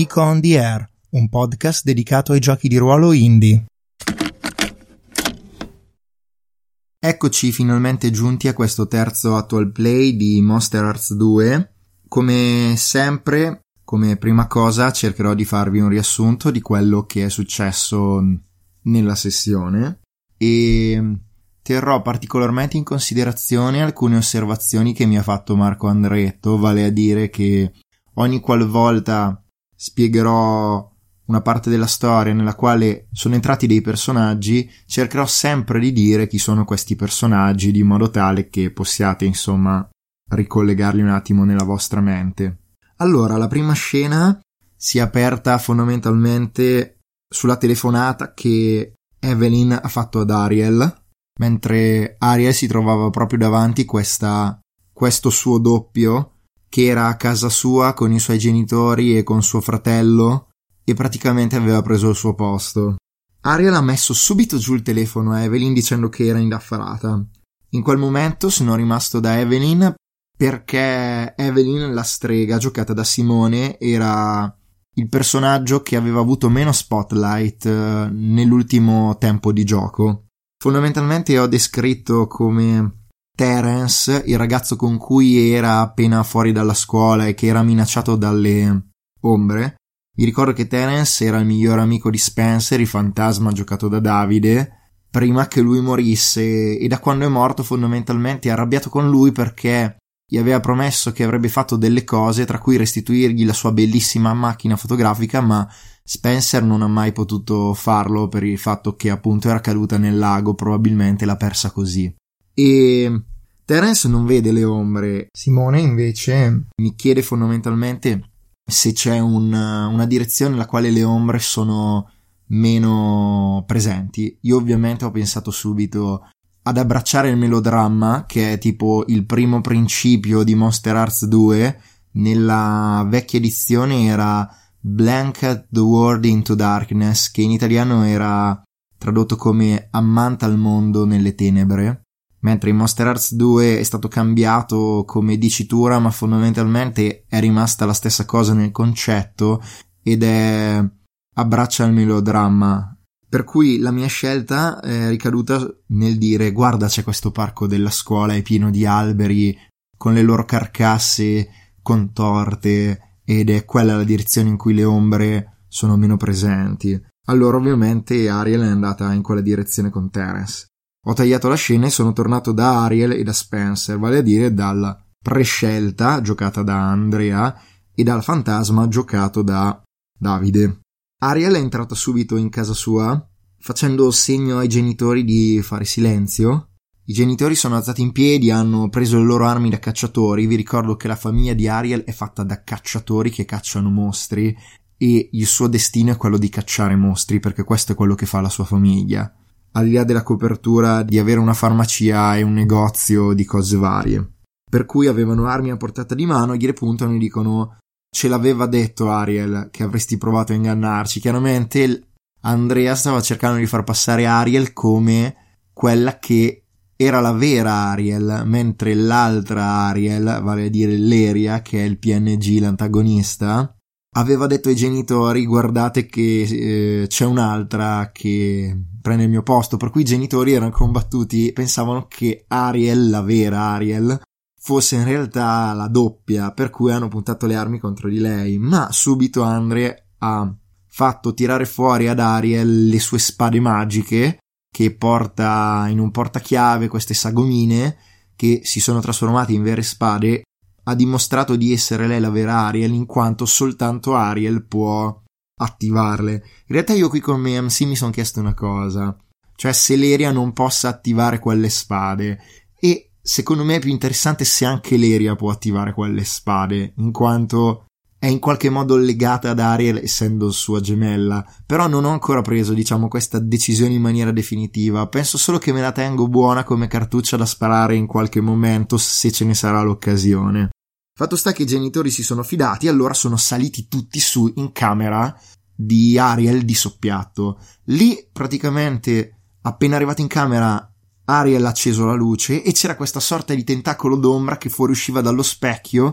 Nico on the Air, un podcast dedicato ai giochi di ruolo indie. Eccoci finalmente giunti a questo terzo actual play di Monster Hearts 2. Come sempre, come prima cosa, cercherò di farvi un riassunto di quello che è successo nella sessione e terrò particolarmente in considerazione alcune osservazioni che mi ha fatto Marco Andretto, vale a dire che ogni qualvolta spiegherò una parte della storia nella quale sono entrati dei personaggi, cercherò sempre di dire chi sono questi personaggi, di modo tale che possiate, insomma, ricollegarli un attimo nella vostra mente. Allora, la prima scena si è aperta fondamentalmente sulla telefonata che Evelyn ha fatto ad Ariel, mentre Ariel si trovava proprio davanti questo suo doppio che era a casa sua con i suoi genitori e con suo fratello e praticamente aveva preso il suo posto. Ariel ha messo subito giù il telefono a Evelyn dicendo che era indaffarata. In quel momento sono rimasto da Evelyn perché Evelyn, la strega giocata da Simone, era il personaggio che aveva avuto meno spotlight nell'ultimo tempo di gioco. Fondamentalmente ho descritto come Terence, il ragazzo con cui era appena fuori dalla scuola e che era minacciato dalle ombre. Vi ricordo che Terence era il miglior amico di Spencer, il fantasma giocato da Davide, prima che lui morisse, e da quando è morto fondamentalmente è arrabbiato con lui perché gli aveva promesso che avrebbe fatto delle cose, tra cui restituirgli la sua bellissima macchina fotografica, ma Spencer non ha mai potuto farlo per il fatto che appunto era caduta nel lago, probabilmente l'ha persa così. E Terence non vede le ombre. Simone invece mi chiede fondamentalmente se c'è una direzione nella quale le ombre sono meno presenti. Io ovviamente ho pensato subito ad abbracciare il melodramma, che è tipo il primo principio di Monster Hearts 2. Nella vecchia edizione era Blanket the World into Darkness, che in italiano era tradotto come Ammanta il mondo nelle tenebre, mentre in Monster Hearts 2 è stato cambiato come dicitura, ma fondamentalmente è rimasta la stessa cosa nel concetto ed è abbraccia il melodramma. Per cui la mia scelta è ricaduta nel dire: guarda, c'è questo parco della scuola, è pieno di alberi con le loro carcasse contorte ed è quella la direzione in cui le ombre sono meno presenti. Allora ovviamente Ariel è andata in quella direzione con Terence. Ho tagliato la scena e sono tornato da Ariel e da Spencer, vale a dire dalla prescelta giocata da Andrea e dal fantasma giocato da Davide. Ariel è entrata subito in casa sua facendo segno ai genitori di fare silenzio. I genitori sono alzati in piedi, hanno preso le loro armi da cacciatori. Vi ricordo che la famiglia di Ariel è fatta da cacciatori che cacciano mostri e il suo destino è quello di cacciare mostri, perché questo è quello che fa la sua famiglia, al di là della copertura di avere una farmacia e un negozio di cose varie. Per cui avevano armi a portata di mano e gli repuntano e dicono: ce l'aveva detto Ariel che avresti provato a ingannarci. Chiaramente Andrea stava cercando di far passare Ariel come quella che era la vera Ariel, mentre l'altra Ariel, vale a dire Leria, che è il PNG, l'antagonista, aveva detto ai genitori: guardate che c'è un'altra che prende il mio posto. Per cui i genitori erano combattuti, pensavano che Ariel, la vera Ariel, fosse in realtà la doppia, per cui hanno puntato le armi contro di lei. Ma subito Andre ha fatto tirare fuori ad Ariel le sue spade magiche, che porta in un portachiave queste sagomine che si sono trasformate in vere spade. Ha dimostrato di essere lei la vera Ariel, in quanto soltanto Ariel può attivarle. In realtà io qui con MC mi sono chiesto una cosa, cioè se Leria non possa attivare quelle spade, e secondo me è più interessante se anche Leria può attivare quelle spade, in quanto è in qualche modo legata ad Ariel essendo sua gemella. Però non ho ancora preso, diciamo, questa decisione in maniera definitiva. Penso solo che me la tengo buona come cartuccia da sparare in qualche momento, se ce ne sarà l'occasione. Fatto sta che i genitori si sono fidati, allora sono saliti tutti su in camera di Ariel di soppiatto. Lì praticamente, appena arrivati in camera, Ariel ha acceso la luce e c'era questa sorta di tentacolo d'ombra che fuoriusciva dallo specchio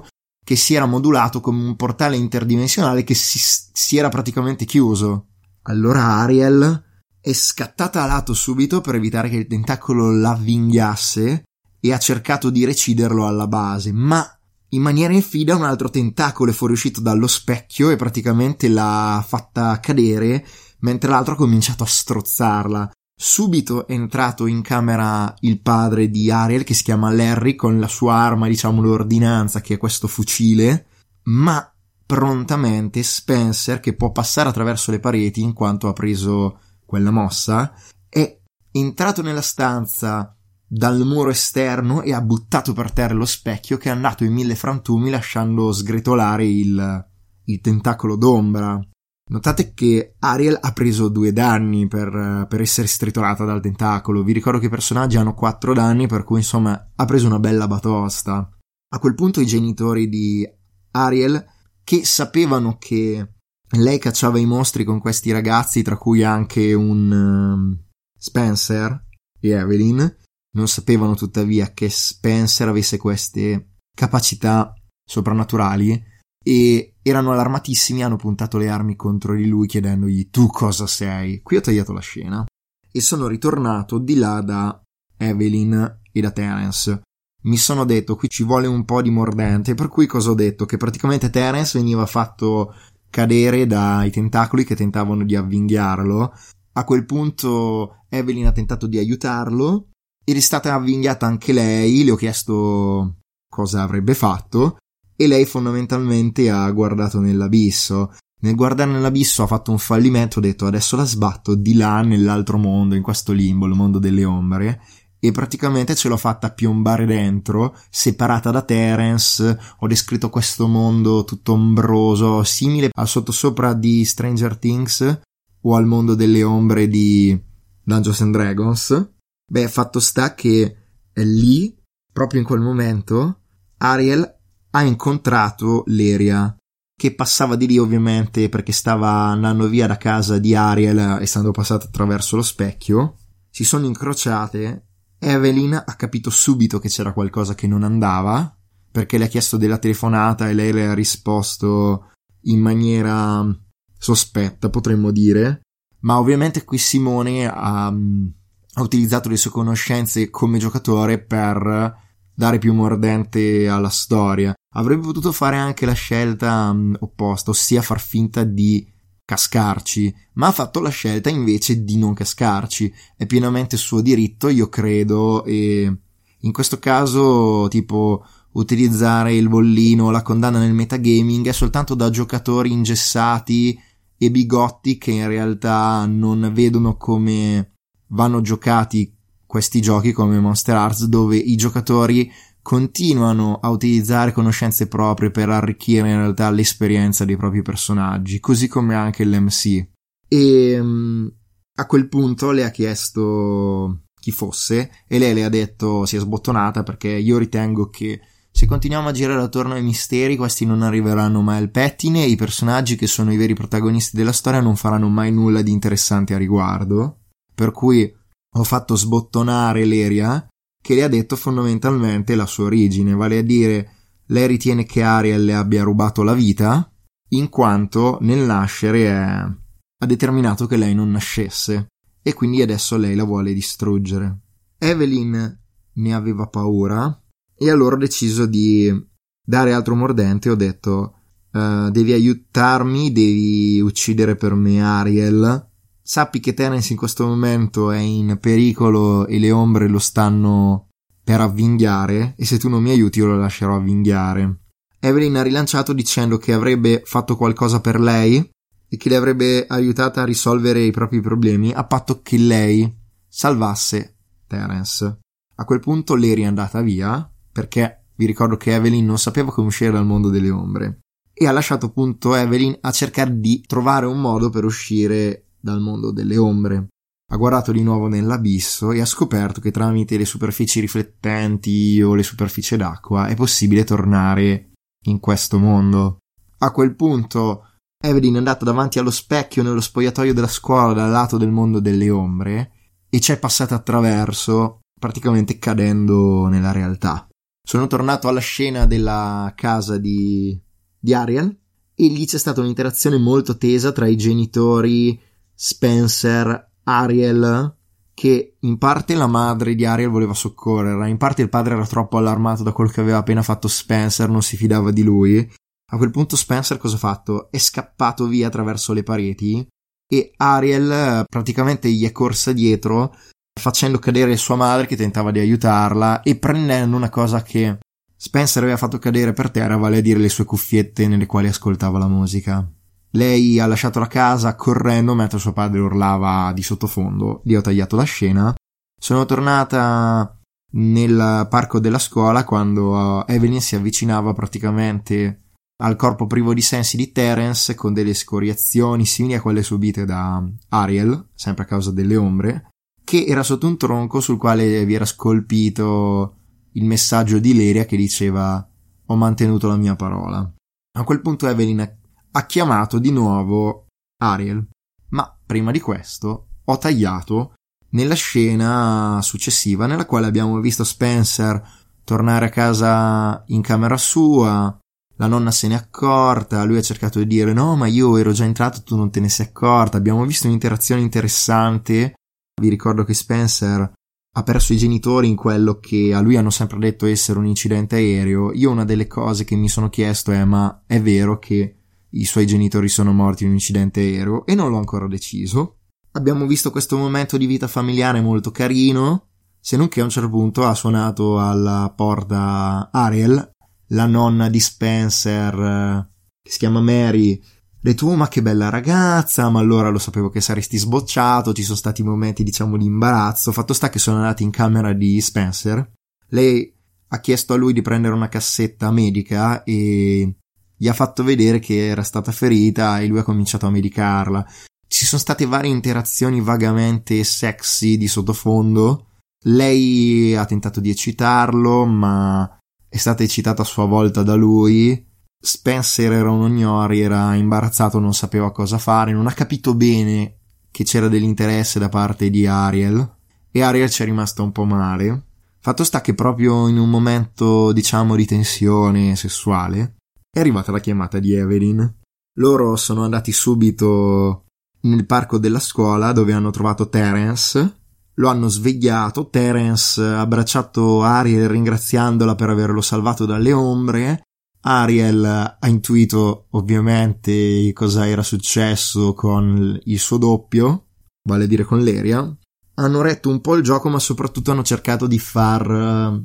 che si era modulato come un portale interdimensionale che si era praticamente chiuso. Allora Ariel è scattata a lato subito per evitare che il tentacolo l'avvinghiasse e ha cercato di reciderlo alla base, ma in maniera infida un altro tentacolo è fuoriuscito dallo specchio e praticamente l'ha fatta cadere, mentre l'altro ha cominciato a strozzarla. Subito è entrato in camera il padre di Ariel, che si chiama Larry, con la sua arma, diciamo l'ordinanza, che è questo fucile, ma prontamente Spencer, che può passare attraverso le pareti in quanto ha preso quella mossa, è entrato nella stanza dal muro esterno e ha buttato per terra lo specchio, che è andato in mille frantumi lasciando sgretolare il tentacolo d'ombra. Notate che Ariel ha preso 2 danni per essere stritolata dal tentacolo. Vi ricordo che i personaggi hanno 4 danni, per cui insomma ha preso una bella batosta. A quel punto i genitori di Ariel, che sapevano che lei cacciava i mostri con questi ragazzi, tra cui anche un Spencer e Evelyn, non sapevano tuttavia che Spencer avesse queste capacità soprannaturali e erano allarmatissimi, hanno puntato le armi contro di lui chiedendogli: tu cosa sei? Qui ho tagliato la scena e sono ritornato di là da Evelyn e da Terence. Mi sono detto qui ci vuole un po' di mordente, per cui cosa ho detto? Che praticamente Terence veniva fatto cadere dai tentacoli che tentavano di avvinghiarlo. A quel punto Evelyn ha tentato di aiutarlo ed è stata avvinghiata anche lei. Le ho chiesto cosa avrebbe fatto e lei fondamentalmente ha guardato nell'abisso. Nel guardare nell'abisso ha fatto un fallimento, ho detto adesso la sbatto di là nell'altro mondo, in questo limbo, il mondo delle ombre, e praticamente ce l'ho fatta piombare dentro, separata da Terence. Ho descritto questo mondo tutto ombroso, simile al sottosopra di Stranger Things o al mondo delle ombre di Dungeons and Dragons. Beh, fatto sta che lì, proprio in quel momento, Ariel ha incontrato Leria, che passava di lì ovviamente perché stava andando via da casa di Ariel, essendo passata attraverso lo specchio. Si sono incrociate. Evelyn ha capito subito che c'era qualcosa che non andava, perché le ha chiesto della telefonata e lei le ha risposto in maniera sospetta, potremmo dire. Ma ovviamente qui Simone ha utilizzato le sue conoscenze come giocatore per dare più mordente alla storia. Avrebbe potuto fare anche la scelta opposta, ossia far finta di cascarci, ma ha fatto la scelta invece di non cascarci. È pienamente suo diritto, io credo, e in questo caso tipo utilizzare il bollino o la condanna nel metagaming è soltanto da giocatori ingessati e bigotti che in realtà non vedono come vanno giocati questi giochi come Monster Hearts, dove i giocatori continuano a utilizzare conoscenze proprie per arricchire in realtà l'esperienza dei propri personaggi, così come anche l'MC. E a quel punto le ha chiesto chi fosse e lei le ha detto, si è sbottonata, perché io ritengo che se continuiamo a girare attorno ai misteri questi non arriveranno mai al pettine e i personaggi che sono i veri protagonisti della storia non faranno mai nulla di interessante a riguardo, per cui ho fatto sbottonare Leria, che le ha detto fondamentalmente la sua origine, vale a dire lei ritiene che Ariel le abbia rubato la vita, in quanto nel nascere ha determinato che lei non nascesse, e quindi adesso lei la vuole distruggere. Evelyn ne aveva paura, e allora ho deciso di dare altro mordente. Ho detto devi aiutarmi, devi uccidere per me Ariel. Sappi che Terence in questo momento è in pericolo e le ombre lo stanno per avvinghiare, e se tu non mi aiuti io lo lascerò avvinghiare. Evelyn ha rilanciato dicendo che avrebbe fatto qualcosa per lei e che le avrebbe aiutata a risolvere i propri problemi a patto che lei salvasse Terence. A quel punto Larry è andata via, perché vi ricordo che Evelyn non sapeva come uscire dal mondo delle ombre, e ha lasciato appunto Evelyn a cercare di trovare un modo per uscire dal mondo delle ombre. Ha guardato di nuovo nell'abisso e ha scoperto che tramite le superfici riflettenti o le superfici d'acqua è possibile tornare in questo mondo. A quel punto Evelyn è andata davanti allo specchio nello spogliatoio della scuola dal lato del mondo delle ombre e ci è passata attraverso, praticamente cadendo nella realtà. Sono tornato alla scena della casa di Ariel e lì c'è stata un'interazione molto tesa tra i genitori, Spencer, Ariel, che in parte la madre di Ariel voleva soccorrerla, in parte il padre era troppo allarmato da quello che aveva appena fatto Spencer, non si fidava di lui. A quel punto Spencer cosa ha fatto? È scappato via attraverso le pareti e Ariel praticamente gli è corsa dietro facendo cadere sua madre che tentava di aiutarla e prendendo una cosa che Spencer aveva fatto cadere per terra, vale a dire le sue cuffiette nelle quali ascoltava la musica. Lei ha lasciato la casa correndo mentre suo padre urlava di sottofondo. Lì ho tagliato la scena. Sono tornata nel parco della scuola quando Evelyn si avvicinava praticamente al corpo privo di sensi di Terence con delle scoriazioni simili a quelle subite da Ariel, sempre a causa delle ombre, che era sotto un tronco sul quale vi era scolpito il messaggio di Leria che diceva «Ho mantenuto la mia parola». A quel punto Evelyn ha chiamato di nuovo Ariel, ma prima di questo ho tagliato nella scena successiva nella quale abbiamo visto Spencer tornare a casa in camera sua. La nonna se n'è accorta, lui ha cercato di dire no ma io ero già entrato, tu non te ne sei accorta. Abbiamo visto un'interazione interessante. Vi ricordo che Spencer ha perso i genitori in quello che a lui hanno sempre detto essere un incidente aereo. Io una delle cose che mi sono chiesto è ma è vero che i suoi genitori sono morti in un incidente aereo? E non l'ho ancora deciso. Abbiamo visto questo momento di vita familiare molto carino, se non che a un certo punto ha suonato alla porta Ariel, la nonna di Spencer, che si chiama Mary. Ha detto, oh ma che bella ragazza, ma allora lo sapevo che saresti sbocciato, ci sono stati momenti diciamo di imbarazzo. Fatto sta che sono andati in camera di Spencer, lei ha chiesto a lui di prendere una cassetta medica e gli ha fatto vedere che era stata ferita e lui ha cominciato a medicarla. Ci sono state varie interazioni vagamente sexy di sottofondo. Lei ha tentato di eccitarlo, ma è stata eccitata a sua volta da lui. Spencer era un ognori, era imbarazzato, non sapeva cosa fare, non ha capito bene che c'era dell'interesse da parte di Ariel e Ariel ci è rimasta un po' male. Fatto sta che proprio in un momento, diciamo, di tensione sessuale è arrivata la chiamata di Evelyn. Loro sono andati subito nel parco della scuola dove hanno trovato Terence, lo hanno svegliato. Terence ha abbracciato Ariel ringraziandola per averlo salvato dalle ombre. Ariel ha intuito ovviamente cosa era successo con il suo doppio, vale a dire con Leria. Hanno retto un po' il gioco, ma soprattutto hanno cercato di far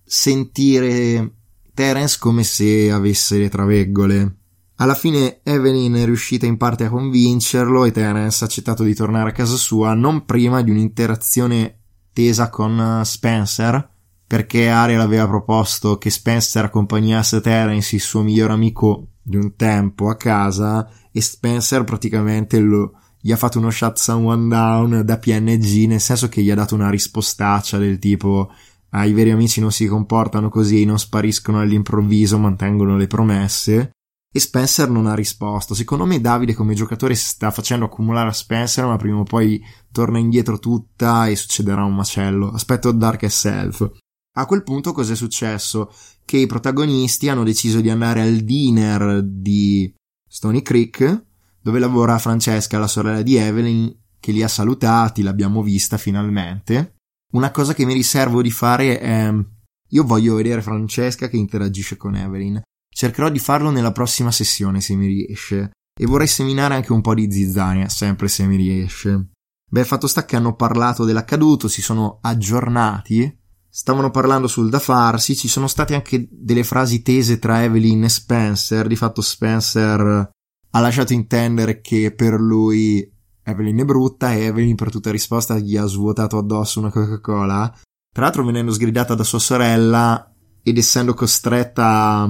sentire Terence come se avesse le traveggole. Alla fine Evelyn è riuscita in parte a convincerlo e Terence ha accettato di tornare a casa sua non prima di un'interazione tesa con Spencer, perché Ariel aveva proposto che Spencer accompagnasse Terence, il suo miglior amico di un tempo, a casa, e Spencer praticamente gli ha fatto uno shut someone down da PNG, nel senso che gli ha dato una rispostaccia del tipo i veri amici non si comportano così, non spariscono all'improvviso, mantengono le promesse. E Spencer non ha risposto. Secondo me Davide come giocatore si sta facendo accumulare a Spencer, ma prima o poi torna indietro tutta e succederà un macello. Aspetto Darkest Self. A quel punto cos'è successo? Che i protagonisti hanno deciso di andare al dinner di Stony Creek, dove lavora Francesca, la sorella di Evelyn, che li ha salutati, l'abbiamo vista finalmente. Una cosa che mi riservo di fare è... io voglio vedere Francesca che interagisce con Evelyn. Cercherò di farlo nella prossima sessione se mi riesce. E vorrei seminare anche un po' di zizzania, sempre se mi riesce. Beh, fatto sta che hanno parlato dell'accaduto, si sono aggiornati, stavano parlando sul da farsi, ci sono state anche delle frasi tese tra Evelyn e Spencer. Di fatto Spencer ha lasciato intendere che per lui Evelyn è brutta e Evelyn per tutta risposta gli ha svuotato addosso una Coca-Cola, tra l'altro venendo sgridata da sua sorella ed essendo costretta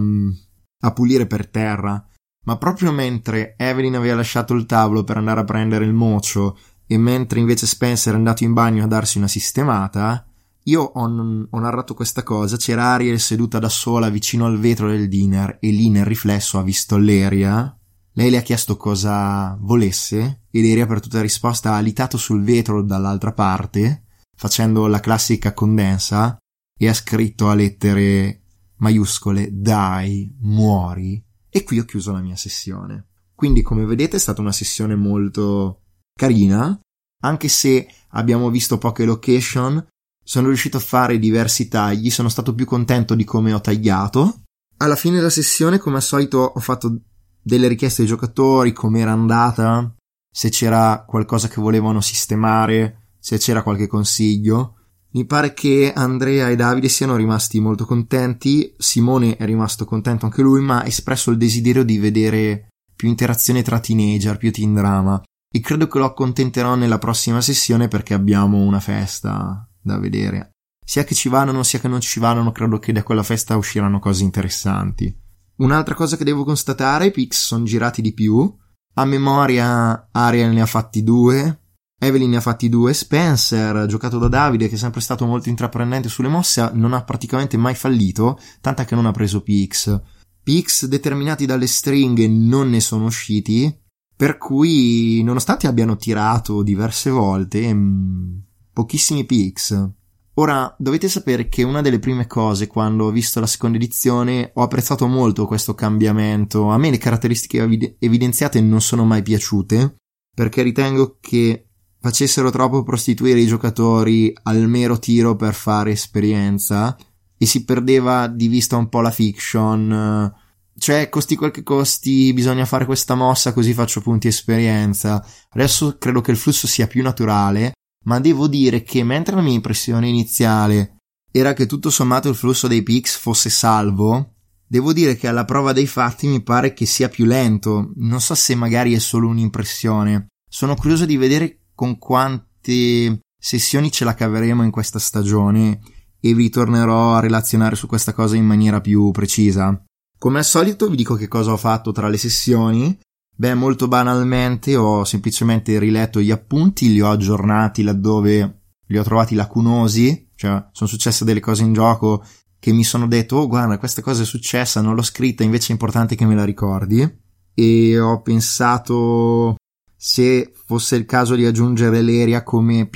a pulire per terra. Ma proprio mentre Evelyn aveva lasciato il tavolo per andare a prendere il mocio e mentre invece Spencer è andato in bagno a darsi una sistemata, io ho narrato questa cosa. C'era Ariel seduta da sola vicino al vetro del dinner e lì nel riflesso ha visto Leria. Lei le ha chiesto cosa volesse e Leria per tutta risposta ha alitato sul vetro dall'altra parte facendo la classica condensa e ha scritto a lettere maiuscole, dai, muori. E qui ho chiuso la mia sessione. Quindi, come vedete, è stata una sessione molto carina, anche se abbiamo visto poche location. Sono riuscito a fare diversi tagli, sono stato più contento di come ho tagliato. Alla fine della sessione, come al solito, ho fatto delle richieste ai giocatori, come era andata, se c'era qualcosa che volevano sistemare, se c'era qualche consiglio. Mi pare che Andrea e Davide siano rimasti molto contenti, Simone è rimasto contento anche lui, ma ha espresso il desiderio di vedere più interazione tra teenager, più teen drama, e credo che lo accontenterò nella prossima sessione perché abbiamo una festa da vedere. Sia che ci vadano sia che non ci vadano, credo che da quella festa usciranno cose interessanti. Un'altra cosa che devo constatare, i Pix sono girati di più. A memoria Ariel ne ha fatti 2, Evelyn ne ha fatti 2, Spencer, giocato da Davide, che è sempre stato molto intraprendente sulle mosse, non ha praticamente mai fallito, tant'è che non ha preso Pix. Pix determinati dalle stringhe non ne sono usciti, per cui nonostante abbiano tirato diverse volte, pochissimi Pix. Ora, dovete sapere che una delle prime cose, quando ho visto la seconda edizione, ho apprezzato molto questo cambiamento. A me le caratteristiche evidenziate non sono mai piaciute, perché ritengo che facessero troppo prostituire i giocatori al mero tiro per fare esperienza, e si perdeva di vista un po' la fiction. Cioè, costi quel che costi, bisogna fare questa mossa così faccio punti esperienza. Adesso credo che il flusso sia più naturale, ma devo dire che mentre la mia impressione iniziale era che tutto sommato il flusso dei Pix fosse salvo, devo dire che alla prova dei fatti mi pare che sia più lento. Non so se magari è solo un'impressione. Sono curioso di vedere con quante sessioni ce la caveremo in questa stagione e vi tornerò a relazionare su questa cosa in maniera più precisa. Come al solito vi dico che cosa ho fatto tra le sessioni. Beh, molto banalmente ho semplicemente riletto gli appunti, li ho aggiornati laddove li ho trovati lacunosi, cioè sono successe delle cose in gioco che mi sono detto oh guarda questa cosa è successa, non l'ho scritta, invece è importante che me la ricordi, e ho pensato se fosse il caso di aggiungere l'area come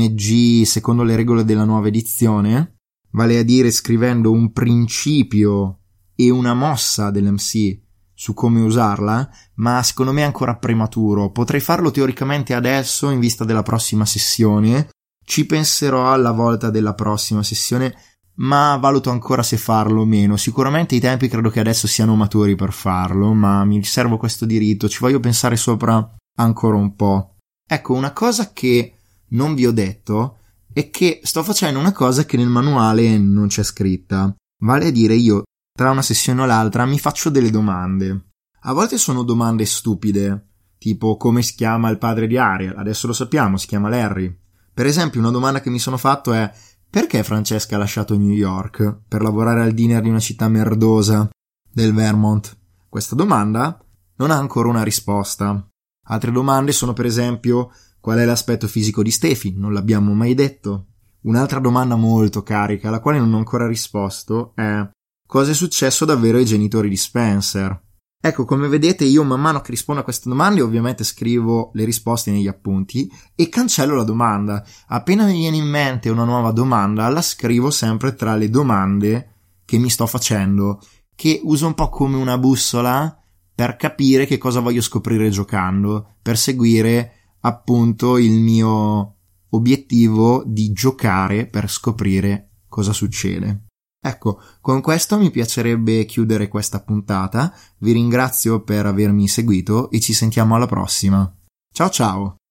PNG secondo le regole della nuova edizione, vale a dire scrivendo un principio e una mossa dell'MC su come usarla, ma secondo me è ancora prematuro. Potrei farlo teoricamente adesso in vista della prossima sessione, ci penserò alla volta della prossima sessione, ma valuto ancora se farlo o meno. Sicuramente i tempi credo che adesso siano maturi per farlo, ma mi riservo questo diritto, ci voglio pensare sopra ancora un po'. Ecco, una cosa che non vi ho detto è che sto facendo una cosa che nel manuale non c'è scritta, vale a dire io tra una sessione o l'altra mi faccio delle domande. A volte sono domande stupide, tipo come si chiama il padre di Ariel? Adesso lo sappiamo, si chiama Larry. Per esempio, una domanda che mi sono fatto è: perché Francesca ha lasciato New York per lavorare al diner di una città merdosa del Vermont? Questa domanda non ha ancora una risposta. Altre domande sono per esempio: qual è l'aspetto fisico di Steffi? Non l'abbiamo mai detto. Un'altra domanda molto carica, alla quale non ho ancora risposto, è: cosa è successo davvero ai genitori di Spencer? Ecco, come vedete io man mano che rispondo a queste domande ovviamente scrivo le risposte negli appunti e cancello la domanda. Appena mi viene in mente una nuova domanda la scrivo sempre tra le domande che mi sto facendo, che uso un po' come una bussola per capire che cosa voglio scoprire giocando, per seguire appunto il mio obiettivo di giocare per scoprire cosa succede. Ecco, con questo mi piacerebbe chiudere questa puntata. Vi ringrazio per avermi seguito e ci sentiamo alla prossima. Ciao ciao!